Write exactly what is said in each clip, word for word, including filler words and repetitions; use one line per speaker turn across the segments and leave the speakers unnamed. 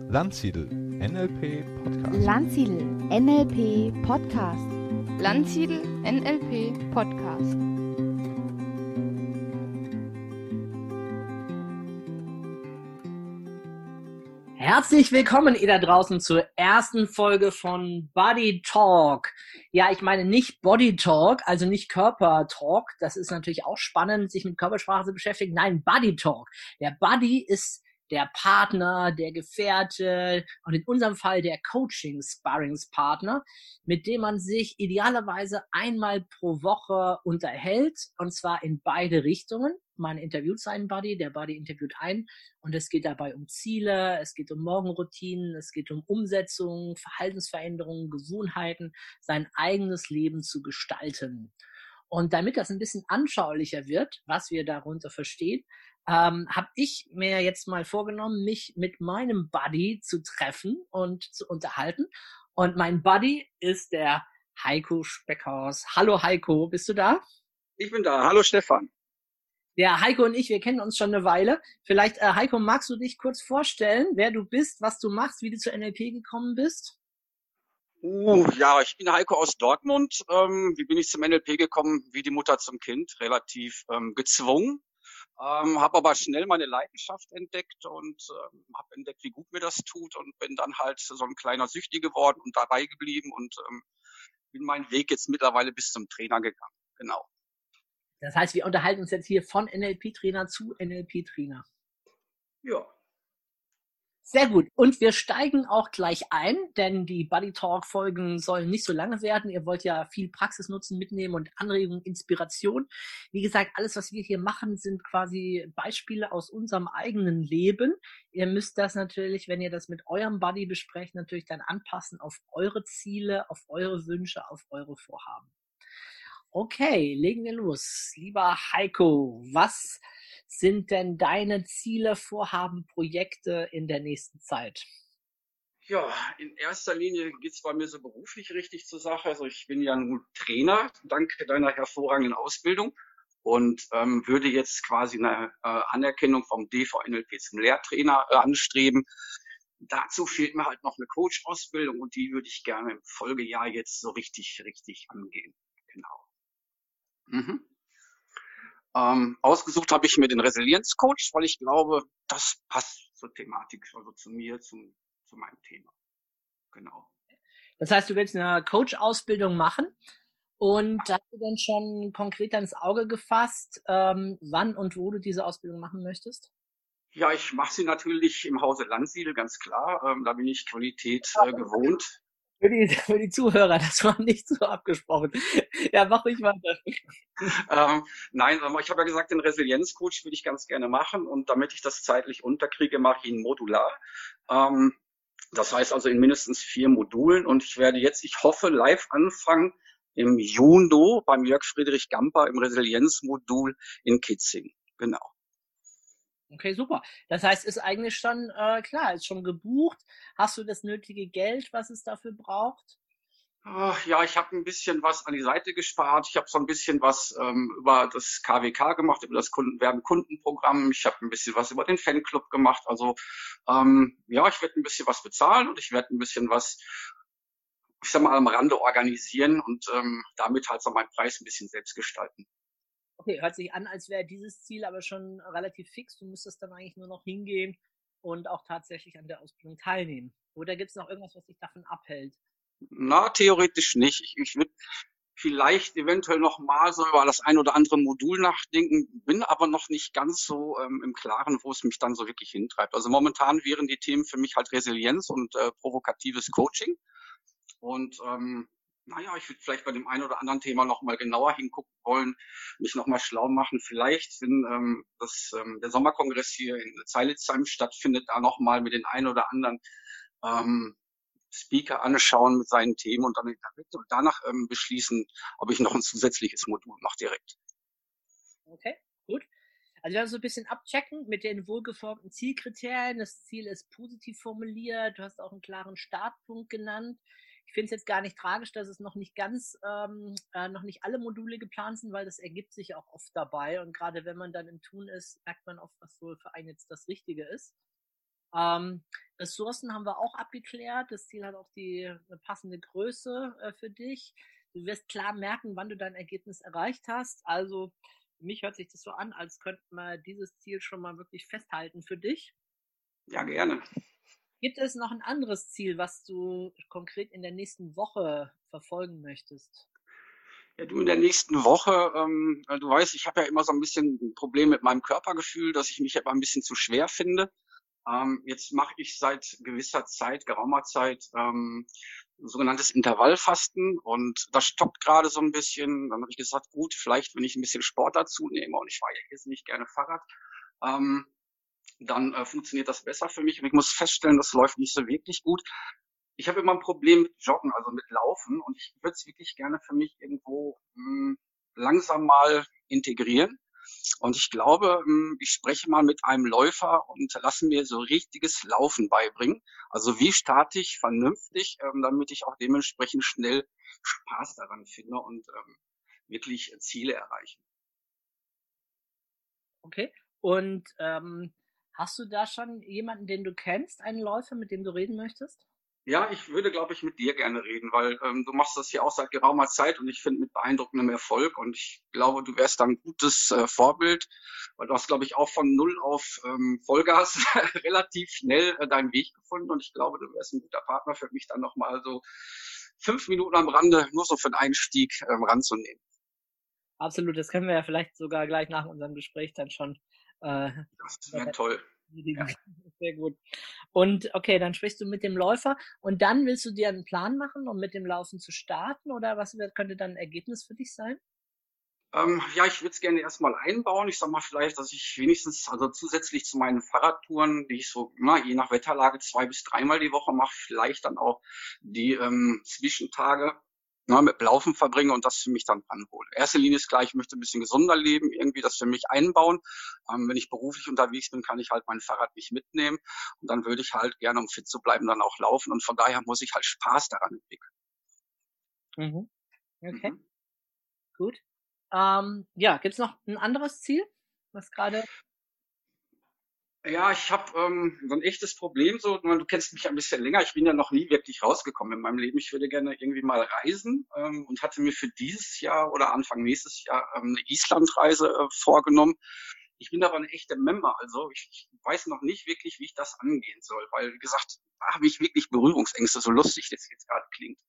Landsiedel N L P Podcast.
Landsiedel N L P Podcast.
Landsiedel N L P Podcast.
Herzlich willkommen ihr da draußen zur ersten Folge von Body Talk. Ja, ich meine nicht Body Talk, also nicht Körper Talk. Das ist natürlich auch spannend, sich mit Körpersprache zu beschäftigen. Nein, Body Talk. Der Buddy ist der Partner, der Gefährte und in unserem Fall der Coaching-Sparringspartner, mit dem man sich idealerweise einmal pro Woche unterhält, und zwar in beide Richtungen. Man interviewt seinen Buddy, der Buddy interviewt einen, und es geht dabei um Ziele, es geht um Morgenroutinen, es geht um Umsetzung, Verhaltensveränderungen, Gewohnheiten, sein eigenes Leben zu gestalten. Und damit das ein bisschen anschaulicher wird, was wir darunter verstehen, ähm, habe ich mir jetzt mal vorgenommen, mich mit meinem Buddy zu treffen und zu unterhalten. Und mein Buddy ist der Heiko Speckhaus. Hallo Heiko, bist du da?
Ich bin da. Hallo Stefan.
Ja, Heiko und ich, wir kennen uns schon eine Weile. Vielleicht, äh, Heiko, magst du dich kurz vorstellen, wer du bist, was du machst, wie du zur N L P gekommen bist?
Uh, ja, ich bin Heiko aus Dortmund. Ähm, wie bin ich zum N L P gekommen? Wie die Mutter zum Kind, relativ ähm, gezwungen. Ähm, habe aber schnell meine Leidenschaft entdeckt und ähm, habe entdeckt, wie gut mir das tut, und bin dann halt so ein kleiner Süchti geworden und dabei geblieben und ähm, bin meinen Weg jetzt mittlerweile bis zum Trainer gegangen. Genau.
Das heißt, wir unterhalten uns jetzt hier von N L P-Trainer zu N L P-Trainer.
Ja.
Sehr gut. Und wir steigen auch gleich ein, denn die Buddy Talk Folgen sollen nicht so lange werden. Ihr wollt ja viel Praxisnutzen mitnehmen und Anregungen, Inspiration. Wie gesagt, alles, was wir hier machen, sind quasi Beispiele aus unserem eigenen Leben. Ihr müsst das natürlich, wenn ihr das mit eurem Buddy besprecht, natürlich dann anpassen auf eure Ziele, auf eure Wünsche, auf eure Vorhaben. Okay, legen wir los. Lieber Heiko, was sind denn deine Ziele, Vorhaben, Projekte in der nächsten Zeit?
Ja, in erster Linie geht's bei mir so beruflich richtig zur Sache. Also ich bin ja nun Trainer, dank deiner hervorragenden Ausbildung, und ähm, würde jetzt quasi eine äh, Anerkennung vom D V N L P zum Lehrtrainer äh, anstreben. Dazu fehlt mir halt noch eine Coach-Ausbildung, und die würde ich gerne im Folgejahr jetzt so richtig, richtig angehen. Genau. Mhm. Ähm, ausgesucht habe ich mir den Resilienzcoach, weil ich glaube, das passt zur Thematik, also zu mir, zum, zu meinem Thema. Genau.
Das heißt, du willst eine Coach-Ausbildung machen, und hast du denn schon konkret ins Auge gefasst, ähm, wann und wo du diese Ausbildung machen möchtest?
Ja, ich mache sie natürlich im Hause Landsiedel, ganz klar. Ähm, da bin ich Qualität äh, gewohnt.
Für die, für die Zuhörer, das war nicht so abgesprochen. Ja, mach ruhig weiter.
Ähm, nein, aber ich habe ja gesagt, den Resilienzcoach würde ich ganz gerne machen, und damit ich das zeitlich unterkriege, mache ich ihn modular. Ähm, das heißt also in mindestens vier Modulen, und ich werde jetzt, ich hoffe, live anfangen im Juni beim Jörg Friedrich Gamper im Resilienzmodul in Kitzing. Genau.
Okay, super. Das heißt, ist eigentlich schon äh, klar, ist schon gebucht. Hast du das nötige Geld, was es dafür braucht?
Ach, ja, ich habe ein bisschen was an die Seite gespart. Ich habe so ein bisschen was ähm, über das K W K gemacht, über das Kundenwerben-Kundenprogramm. Ich habe ein bisschen was über den Fanclub gemacht. Also ähm, ja, ich werde ein bisschen was bezahlen, und ich werde ein bisschen was, ich sag mal, am Rande organisieren und ähm, damit halt so meinen Preis ein bisschen selbst gestalten.
Okay, hört sich an, als wäre dieses Ziel aber schon relativ fix. Du müsstest dann eigentlich nur noch hingehen und auch tatsächlich an der Ausbildung teilnehmen. Oder gibt es noch irgendwas, was dich davon abhält?
Na, theoretisch nicht. Ich, ich würde vielleicht eventuell noch mal so über das ein oder andere Modul nachdenken, bin aber noch nicht ganz so ähm, im Klaren, wo es mich dann so wirklich hintreibt. Also momentan wären die Themen für mich halt Resilienz und äh, provokatives Coaching. Und ähm, naja, ich würde vielleicht bei dem einen oder anderen Thema noch mal genauer hingucken wollen, mich noch mal schlau machen. Vielleicht, wenn ähm, das, ähm, der Sommerkongress hier in Zeilitzheim stattfindet, da noch mal mit den einen oder anderen ähm, Speaker anschauen mit seinen Themen, und dann danach ähm, beschließen, ob ich noch ein zusätzliches Modul mache direkt.
Okay, gut. Also wir werden so ein bisschen abchecken mit den wohlgeformten Zielkriterien. Das Ziel ist positiv formuliert. Du hast auch einen klaren Startpunkt genannt. Ich finde es jetzt gar nicht tragisch, dass es noch nicht ganz, ähm, äh, noch nicht alle Module geplant sind, weil das ergibt sich auch oft dabei. Und gerade wenn man dann im Tun ist, merkt man oft, was wohl für einen jetzt das Richtige ist. Ähm, Ressourcen haben wir auch abgeklärt. Das Ziel hat auch die eine passende Größe äh, für dich. Du wirst klar merken, wann du dein Ergebnis erreicht hast. Also für mich hört sich das so an, als könnten wir dieses Ziel schon mal wirklich festhalten für dich.
Ja, gerne.
Gibt es noch ein anderes Ziel, was du konkret in der nächsten Woche verfolgen möchtest?
Ja, du in der nächsten Woche, ähm, du weißt, ich habe ja immer so ein bisschen ein Problem mit meinem Körpergefühl, dass ich mich aber ein bisschen zu schwer finde. Ähm, jetzt mache ich seit gewisser Zeit, geraumer Zeit, ähm, sogenanntes Intervallfasten und das stockt gerade so ein bisschen. Dann habe ich gesagt, gut, vielleicht, wenn ich ein bisschen Sport dazu nehme und ich fahre ja jetzt nicht gerne Fahrrad, ähm, dann äh, funktioniert das besser für mich. Und ich muss feststellen, das läuft nicht so wirklich gut. Ich habe immer ein Problem mit Joggen, also mit Laufen, und ich würde es wirklich gerne für mich irgendwo mh, langsam mal integrieren. Und ich glaube, mh, ich spreche mal mit einem Läufer und lasse mir so richtiges Laufen beibringen. Also wie starte ich vernünftig, ähm, damit ich auch dementsprechend schnell Spaß daran finde und ähm, wirklich äh, Ziele erreiche.
Okay. Und ähm, hast du da schon jemanden, den du kennst, einen Läufer, mit dem du reden möchtest?
Ja, ich würde, glaube ich, mit dir gerne reden, weil ähm, du machst das ja auch seit geraumer Zeit und ich finde mit beeindruckendem Erfolg und ich glaube, du wärst da ein gutes äh, Vorbild, weil du hast, glaube ich, auch von Null auf ähm, Vollgas relativ schnell äh, deinen Weg gefunden und ich glaube, du wärst ein guter Partner für mich, dann nochmal so fünf Minuten am Rande nur so für den Einstieg ähm, ranzunehmen.
Absolut, das können wir ja vielleicht sogar gleich nach unserem Gespräch dann schon äh,
Das wäre toll. Ja.
Sehr gut. Und okay, dann sprichst du mit dem Läufer und dann willst du dir einen Plan machen, um mit dem Laufen zu starten oder was wird, könnte dann ein Ergebnis für dich sein?
Ähm, ja, ich würde es gerne erstmal einbauen. Ich sag mal vielleicht, dass ich wenigstens, also zusätzlich zu meinen Fahrradtouren, die ich so, na, je nach Wetterlage zwei bis dreimal die Woche mache, vielleicht dann auch die ähm, Zwischentage na, mit Laufen verbringe und das für mich dann ranhole. Erste Linie ist klar, ich möchte ein bisschen gesunder leben, irgendwie das für mich einbauen. Ähm, wenn ich beruflich unterwegs bin, kann ich halt mein Fahrrad nicht mitnehmen und dann würde ich halt gerne, um fit zu bleiben, dann auch laufen und von daher muss ich halt Spaß daran entwickeln.
Mhm. Okay,
Mhm.
gut. Ähm, ja, gibt's noch ein anderes Ziel, was gerade?
Ja, ich habe ähm, so ein echtes Problem. So, du kennst mich ein bisschen länger. Ich bin ja noch nie wirklich rausgekommen in meinem Leben. Ich würde gerne irgendwie mal reisen ähm, und hatte mir für dieses Jahr oder Anfang nächstes Jahr ähm, eine Islandreise äh, vorgenommen. Ich bin aber eine echte Member, also ich, ich weiß noch nicht wirklich, wie ich das angehen soll, weil wie gesagt, da habe ich wirklich Berührungsängste, so lustig das jetzt gerade klingt.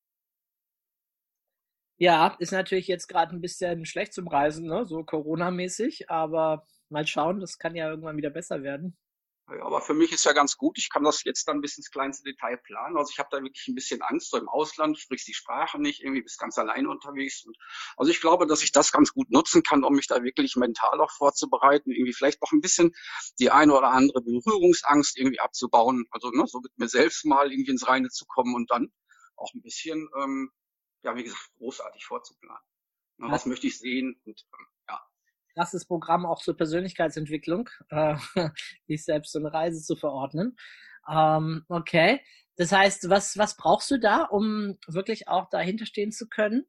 Ja, ist natürlich jetzt gerade ein bisschen schlecht zum Reisen, ne? So Corona-mäßig, aber mal schauen, das kann ja irgendwann wieder besser werden.
Ja, aber für mich ist ja ganz gut. Ich kann das jetzt dann bis ins kleinste Detail planen. Also ich habe da wirklich ein bisschen Angst. So im Ausland sprichst die Sprache nicht, irgendwie bist ganz alleine unterwegs. Und also ich glaube, dass ich das ganz gut nutzen kann, um mich da wirklich mental auch vorzubereiten, irgendwie vielleicht noch ein bisschen die eine oder andere Berührungsangst irgendwie abzubauen. Also ne, so mit mir selbst mal irgendwie ins Reine zu kommen und dann auch ein bisschen, ähm, ja, wie gesagt, großartig vorzuplanen. Na, was möchte ich sehen? Und ähm, ja.
Krasses Programm auch zur Persönlichkeitsentwicklung, äh, sich selbst so eine Reise zu verordnen. Ähm, okay. Das heißt, was, was brauchst du da, um wirklich auch dahinter stehen zu können?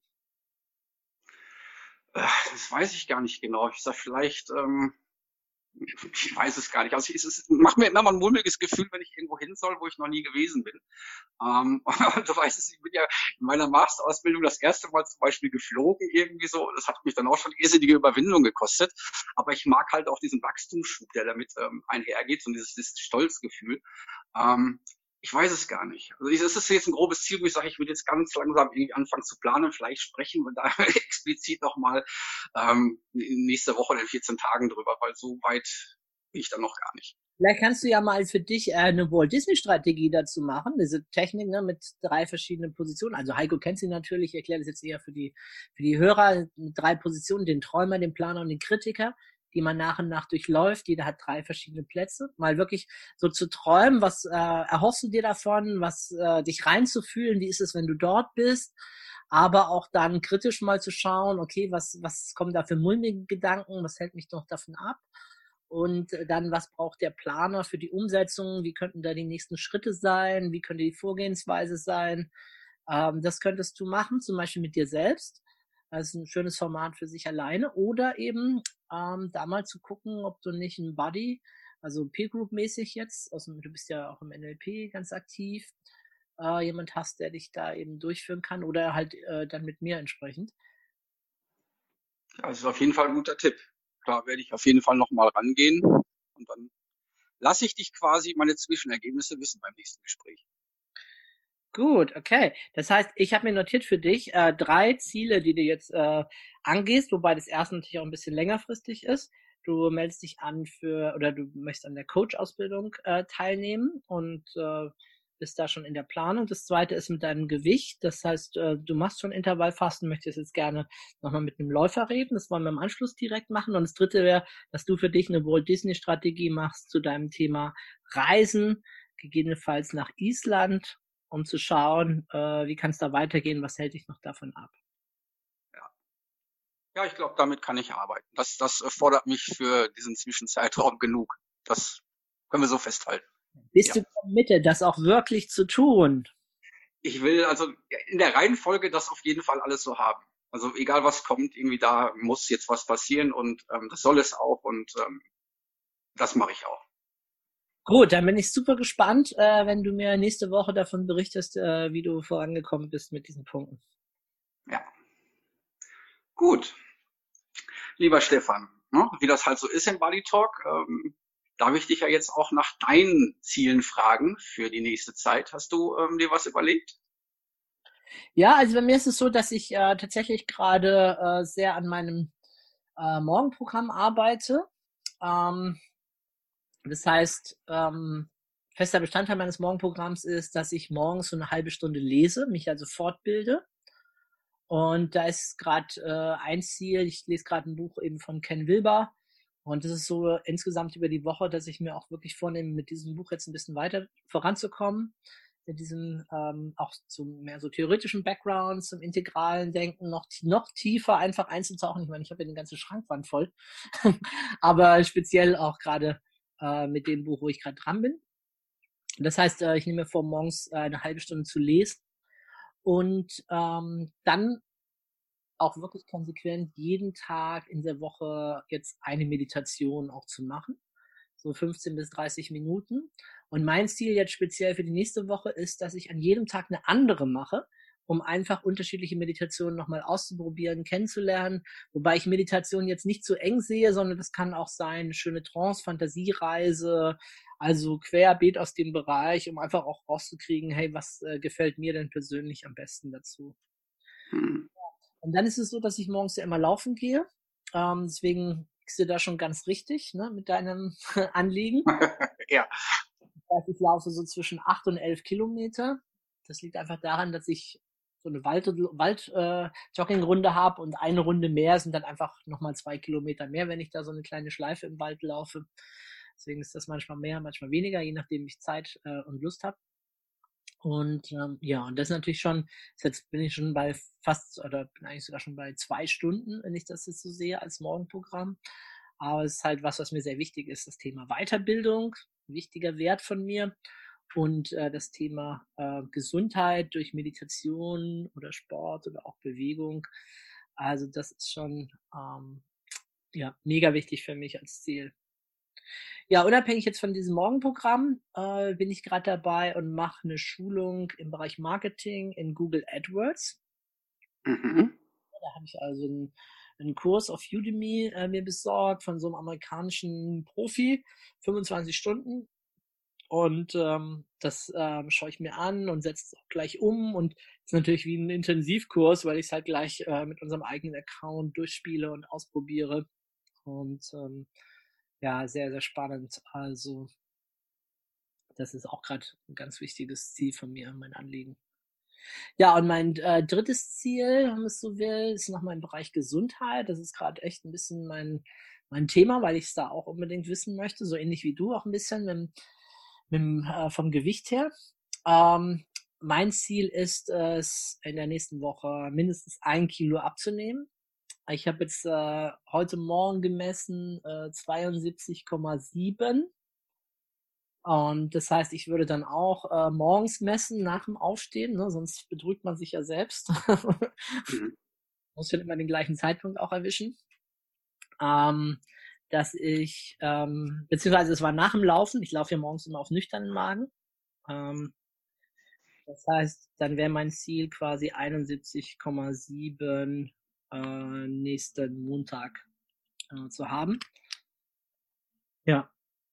Äh, Das weiß ich gar nicht genau. Ich sag vielleicht, ähm, ich weiß es gar nicht. Also es ist, macht mir immer mal ein mulmiges Gefühl, wenn ich irgendwo hin soll, wo ich noch nie gewesen bin. Ähm, und du weißt es, ich bin ja in meiner Masterausbildung das erste Mal zum Beispiel geflogen irgendwie so. Das hat mich dann auch schon irrsinnige Überwindung gekostet. Aber ich mag halt auch diesen Wachstumsschub, der damit ähm, einhergeht und dieses, dieses Stolzgefühl. Ähm, ich weiß es gar nicht. Also es ist jetzt ein grobes Ziel, wo ich sage, ich will jetzt ganz langsam irgendwie anfangen zu planen. Vielleicht sprechen wir da explizit nochmal ähm, nächste Woche oder in vierzehn Tagen drüber, weil so weit bin ich dann noch gar nicht.
Vielleicht kannst du ja mal für dich äh, eine Walt Disney Strategie dazu machen, diese Technik, ne, mit drei verschiedenen Positionen. Also Heiko kennt sie natürlich, ich erkläre das jetzt eher für die, für die Hörer, mit drei Positionen, den Träumer, den Planer und den Kritiker, die man nach und nach durchläuft. Jeder hat drei verschiedene Plätze. Mal wirklich so zu träumen, was äh, erhoffst du dir davon, was äh, dich reinzufühlen, wie ist es, wenn du dort bist, aber auch dann kritisch mal zu schauen, okay, was, was kommen da für mulmige Gedanken, was hält mich noch davon ab? Und dann, was braucht der Planer für die Umsetzung? Wie könnten da die nächsten Schritte sein? Wie könnte die Vorgehensweise sein? Ähm, das könntest du machen, zum Beispiel mit dir selbst. Das ist ein schönes Format für sich alleine. Oder eben ähm, da mal zu gucken, ob du nicht einen Buddy also Peer-Group-mäßig jetzt, aus dem, du bist ja auch im N L P ganz aktiv, äh, jemand hast, der dich da eben durchführen kann oder halt äh, dann mit mir entsprechend.
Ja, das ist auf jeden Fall ein guter Tipp. Da werde ich auf jeden Fall nochmal rangehen und dann lasse ich dich quasi meine Zwischenergebnisse wissen beim nächsten Gespräch.
Gut, okay. Das heißt, ich habe mir notiert für dich äh, drei Ziele, die du jetzt äh, angehst, wobei das erste natürlich auch ein bisschen längerfristig ist. Du meldest dich an für, oder du möchtest an der Coach-Ausbildung äh, teilnehmen und äh, bist da schon in der Planung. Das zweite ist mit deinem Gewicht. Das heißt, äh, du machst schon Intervallfasten, möchtest jetzt gerne nochmal mit einem Läufer reden. Das wollen wir im Anschluss direkt machen. Und das dritte wäre, dass du für dich eine Walt-Disney-Strategie machst zu deinem Thema Reisen, gegebenenfalls nach Island, um zu schauen, äh, wie kann es da weitergehen, was hält dich noch davon ab?
Ja, ja, ich glaube, damit kann ich arbeiten. Das, das fordert mich für diesen Zwischenzeitraum genug. Das können wir so festhalten.
Bist
Ja.
du in der Mitte, das auch wirklich zu tun?
Ich will also in der Reihenfolge das auf jeden Fall alles so haben. Also egal was kommt, irgendwie da muss jetzt was passieren und ähm, das soll es auch und ähm, das mache ich auch.
Gut, dann bin ich super gespannt, äh, wenn du mir nächste Woche davon berichtest, äh, wie du vorangekommen bist mit diesen Punkten.
Ja. Gut. Lieber Stefan, ne, wie das halt so ist im Body Talk, ähm, darf ich dich ja jetzt auch nach deinen Zielen fragen für die nächste Zeit. Hast du ähm, dir was überlegt?
Ja, also bei mir ist es so, dass ich äh, tatsächlich gerade äh, sehr an meinem äh, Morgenprogramm arbeite. Ähm, das heißt, ähm, fester Bestandteil meines Morgenprogramms ist, dass ich morgens so eine halbe Stunde lese, mich also fortbilde. Und da ist gerade äh, ein Ziel, ich lese gerade ein Buch eben von Ken Wilber. Und das ist so insgesamt über die Woche, dass ich mir auch wirklich vornehme, mit diesem Buch jetzt ein bisschen weiter voranzukommen. Mit diesem ähm, auch zum mehr so theoretischen Background, zum integralen Denken, noch, noch tiefer einfach einzutauchen. Ich meine, ich habe ja eine ganze Schrankwand voll. Aber speziell auch gerade äh, mit dem Buch, wo ich gerade dran bin. Das heißt, äh, ich nehme mir vor, morgens äh, eine halbe Stunde zu lesen und ähm, dann auch wirklich konsequent jeden Tag in der Woche jetzt eine Meditation auch zu machen. So fünfzehn bis dreißig Minuten. Und mein Ziel jetzt speziell für die nächste Woche ist, dass ich an jedem Tag eine andere mache, um einfach unterschiedliche Meditationen nochmal auszuprobieren, kennenzulernen. Wobei ich Meditation jetzt nicht so eng sehe, sondern das kann auch sein, eine schöne Trance-Fantasiereise, also querbeet aus dem Bereich, um einfach auch rauszukriegen, hey, was äh, gefällt mir denn persönlich am besten dazu?
Hm.
Und dann ist es so, dass ich morgens ja immer laufen gehe. Ähm, deswegen bist du da schon ganz richtig, ne, mit deinem Anliegen.
Ja.
Das heißt, ich laufe so zwischen acht und elf Kilometer. Das liegt einfach daran, dass ich so eine Wald-Jogging-Runde äh, habe und eine Runde mehr sind dann einfach nochmal zwei Kilometer mehr, wenn ich da so eine kleine Schleife im Wald laufe. Deswegen ist das manchmal mehr, manchmal weniger, je nachdem ich Zeit äh, und Lust habe. Und ähm, ja, und das ist natürlich schon, jetzt bin ich schon bei fast, oder bin eigentlich sogar schon bei zwei Stunden, wenn ich das jetzt so sehe, als Morgenprogramm. Aber es ist halt was, was mir sehr wichtig ist, das Thema Weiterbildung, wichtiger Wert von mir. Und äh, das Thema äh, Gesundheit durch Meditation oder Sport oder auch Bewegung. Also das ist schon ähm, ja, mega wichtig für mich als Ziel. Ja, unabhängig jetzt von diesem Morgenprogramm äh, bin ich gerade dabei und mache eine Schulung im Bereich Marketing in Google AdWords.
Mhm.
Da habe ich also einen, einen Kurs auf Udemy äh, mir besorgt von so einem amerikanischen Profi, fünfundzwanzig Stunden. Und ähm, das ähm, schaue ich mir an und setze es auch gleich um. Und ist natürlich wie ein Intensivkurs, weil ich es halt gleich äh, mit unserem eigenen Account durchspiele und ausprobiere. Und ähm, ja, sehr, sehr spannend. Also das ist auch gerade ein ganz wichtiges Ziel von mir, mein Anliegen. Ja, und mein äh, drittes Ziel, wenn man es so will, ist nochmal im Bereich Gesundheit. Das ist gerade echt ein bisschen mein, mein Thema, weil ich es da auch unbedingt wissen möchte. So ähnlich wie du auch ein bisschen mit, mit, äh, vom Gewicht her. Ähm, mein Ziel ist es, in der nächsten Woche mindestens ein Kilo abzunehmen. Ich habe jetzt äh, heute Morgen gemessen äh, zweiundsiebzig Komma sieben. Und das heißt, ich würde dann auch äh, morgens messen nach dem Aufstehen, ne? Sonst betrügt man sich ja selbst.
Mhm.
Muss ja immer den gleichen Zeitpunkt auch erwischen. Ähm, dass ich, ähm, beziehungsweise es war nach dem Laufen, ich laufe ja morgens immer auf nüchternen Magen. Ähm, das heißt, dann wäre mein Ziel quasi einundsiebzig Komma sieben äh, nächsten Montag äh, zu haben. Ja.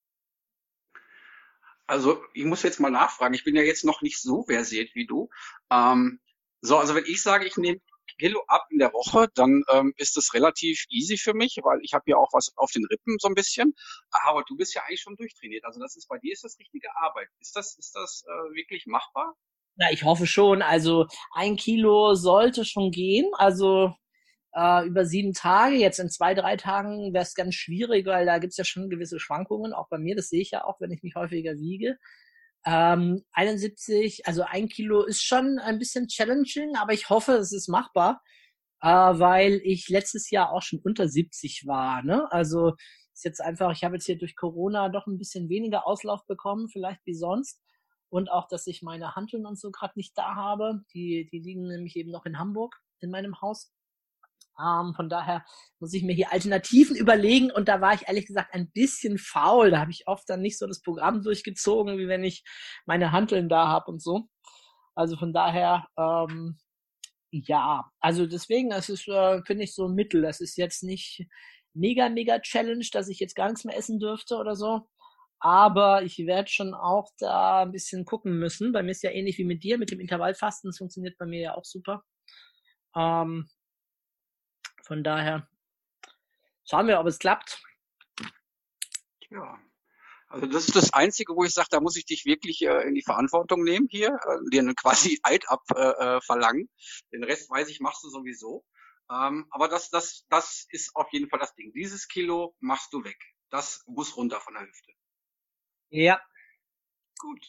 Also ich muss jetzt mal nachfragen. Ich bin ja jetzt noch nicht so versiert wie du. Ähm, so, also wenn ich sage, ich nehme Kilo ab in der Woche, dann ähm, ist das relativ easy für mich, weil ich habe ja auch was auf den Rippen so ein bisschen. Aber du bist ja eigentlich schon durchtrainiert. Also das ist bei dir ist das richtige Arbeit. Ist das ist das äh, wirklich machbar?
Na, ich hoffe schon. Also ein Kilo sollte schon gehen. Also äh, über sieben Tage. Jetzt in zwei, drei Tagen wäre es ganz schwierig, weil da gibt's ja schon gewisse Schwankungen. Auch bei mir, das sehe ich ja auch, wenn ich mich häufiger wiege. Ähm, einundsiebzig, also ein Kilo ist schon ein bisschen challenging, aber ich hoffe, es ist machbar, äh, weil ich letztes Jahr auch schon unter siebzig war. Ne? Also ist jetzt einfach, ich habe jetzt hier durch Corona doch ein bisschen weniger Auslauf bekommen, vielleicht wie sonst. Und auch, dass ich meine Hanteln und so gerade nicht da habe. Die, die liegen nämlich eben noch in Hamburg in meinem Haus. Ähm, von daher muss ich mir hier Alternativen überlegen und da war ich ehrlich gesagt ein bisschen faul. Da habe ich oft dann nicht so das Programm durchgezogen, wie wenn ich meine Hanteln da habe und so. Also von daher, ähm, ja, also deswegen, es ist, äh, finde ich, so ein Mittel. Das ist jetzt nicht mega, mega Challenge, dass ich jetzt gar nichts mehr essen dürfte oder so. Aber ich werde schon auch da ein bisschen gucken müssen. Bei mir ist ja ähnlich wie mit dir, mit dem Intervallfasten. Das funktioniert bei mir ja auch super. Ähm, von daher schauen wir, ob es klappt.
Ja. Also das ist das Einzige, wo ich sage, da muss ich dich wirklich äh, in die Verantwortung nehmen hier, äh, dir einen quasi Eid ab äh, äh, verlangen. Den Rest weiß ich, machst du sowieso. Ähm, aber das, das, das ist auf jeden Fall das Ding. Dieses Kilo machst du weg. Das muss runter von der Hüfte.
Ja.
Gut.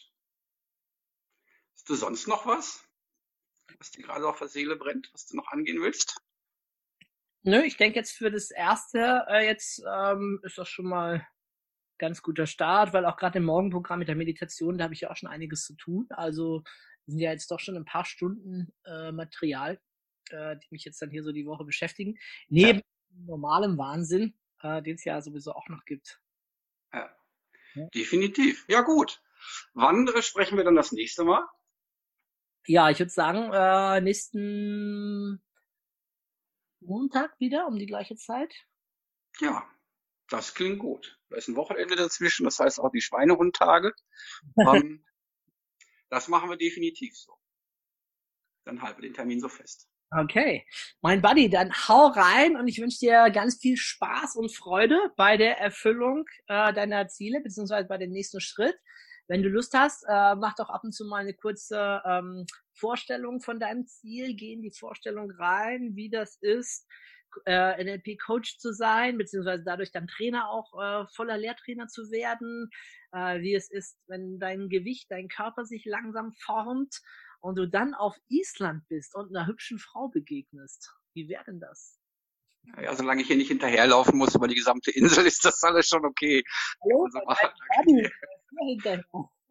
Hast du sonst noch was, was dir gerade auf der Seele brennt, was du noch angehen willst?
Nö, ich denke jetzt für das Erste, äh, jetzt ähm, ist das schon mal ganz guter Start, weil auch gerade im Morgenprogramm mit der Meditation, da habe ich ja auch schon einiges zu tun. Also sind ja jetzt doch schon ein paar Stunden äh, Material, äh, die mich jetzt dann hier so die Woche beschäftigen. Neben normalem Wahnsinn, äh, den es ja sowieso auch noch gibt.
Ja,
Ja.
definitiv. Ja gut. Wann äh, sprechen wir dann das nächste Mal?
Ja, ich würde sagen, äh, nächsten Montag wieder um die gleiche Zeit.
Ja, das klingt gut. Da ist ein Wochenende dazwischen, das heißt auch die Schweinehundtage. ähm, das machen wir definitiv so. Dann halten wir den Termin so fest.
Okay, mein Buddy, dann hau rein und ich wünsche dir ganz viel Spaß und Freude bei der Erfüllung äh, deiner Ziele, beziehungsweise bei dem nächsten Schritt. Wenn du Lust hast, äh, mach doch ab und zu mal eine kurze ähm, Vorstellung von deinem Ziel, geh in die Vorstellung rein, wie das ist, äh, N L P-Coach zu sein, beziehungsweise dadurch dann Trainer auch, äh, voller Lehrtrainer zu werden, äh, wie es ist, wenn dein Gewicht, dein Körper sich langsam formt und du dann auf Island bist und einer hübschen Frau begegnest. Wie wäre denn das?
Ja, solange ich hier nicht hinterherlaufen muss über die gesamte Insel, ist das alles schon okay.
Hallo,
Also,
mein Buddy, hinterher.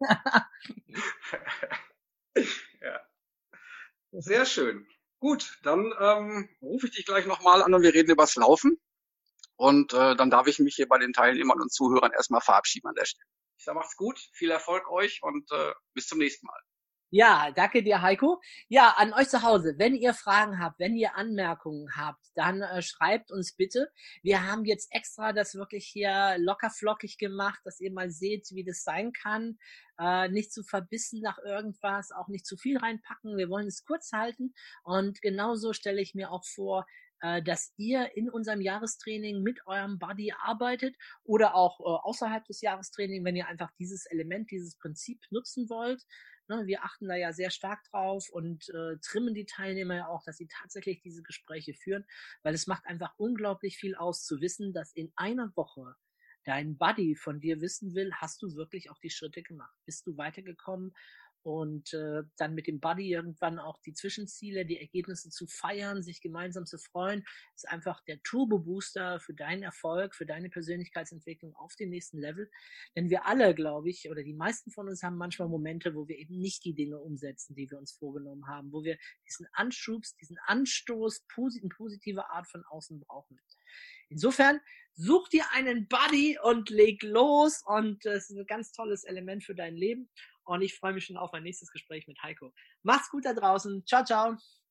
ja. Sehr schön. Gut, dann ähm, rufe ich dich gleich nochmal an und wir reden übers Laufen. Und äh, dann darf ich mich hier bei den Teilnehmern und Zuhörern erstmal verabschieden an der Stelle. Ich sage, macht's gut, viel Erfolg euch und äh, bis zum nächsten Mal.
Ja, danke dir, Heiko. Ja, an euch zu Hause, wenn ihr Fragen habt, wenn ihr Anmerkungen habt, dann äh, schreibt uns bitte. Wir haben jetzt extra das wirklich hier locker flockig gemacht, dass ihr mal seht, wie das sein kann. Äh, nicht zu verbissen nach irgendwas, auch nicht zu viel reinpacken. Wir wollen es kurz halten und genauso stelle ich mir auch vor, äh, dass ihr in unserem Jahrestraining mit eurem Buddy arbeitet oder auch äh, außerhalb des Jahrestrainings, wenn ihr einfach dieses Element, dieses Prinzip nutzen wollt. Ne, wir achten da ja sehr stark drauf und äh, trimmen die Teilnehmer ja auch, dass sie tatsächlich diese Gespräche führen, weil es macht einfach unglaublich viel aus zu wissen, dass in einer Woche dein Buddy von dir wissen will, hast du wirklich auch die Schritte gemacht? Bist du weitergekommen? Und äh, dann mit dem Buddy irgendwann auch die Zwischenziele, die Ergebnisse zu feiern, sich gemeinsam zu freuen, ist einfach der Turbo-Booster für deinen Erfolg, für deine Persönlichkeitsentwicklung auf dem nächsten Level. Denn wir alle, glaube ich, oder die meisten von uns haben manchmal Momente, wo wir eben nicht die Dinge umsetzen, die wir uns vorgenommen haben, wo wir diesen Anschubs, diesen Anstoß in positiver Art von außen brauchen. Insofern Such dir einen Buddy und leg los und das ist ein ganz tolles Element für dein Leben und ich freue mich schon auf mein nächstes Gespräch mit Heiko. Mach's gut da draußen. Ciao, ciao.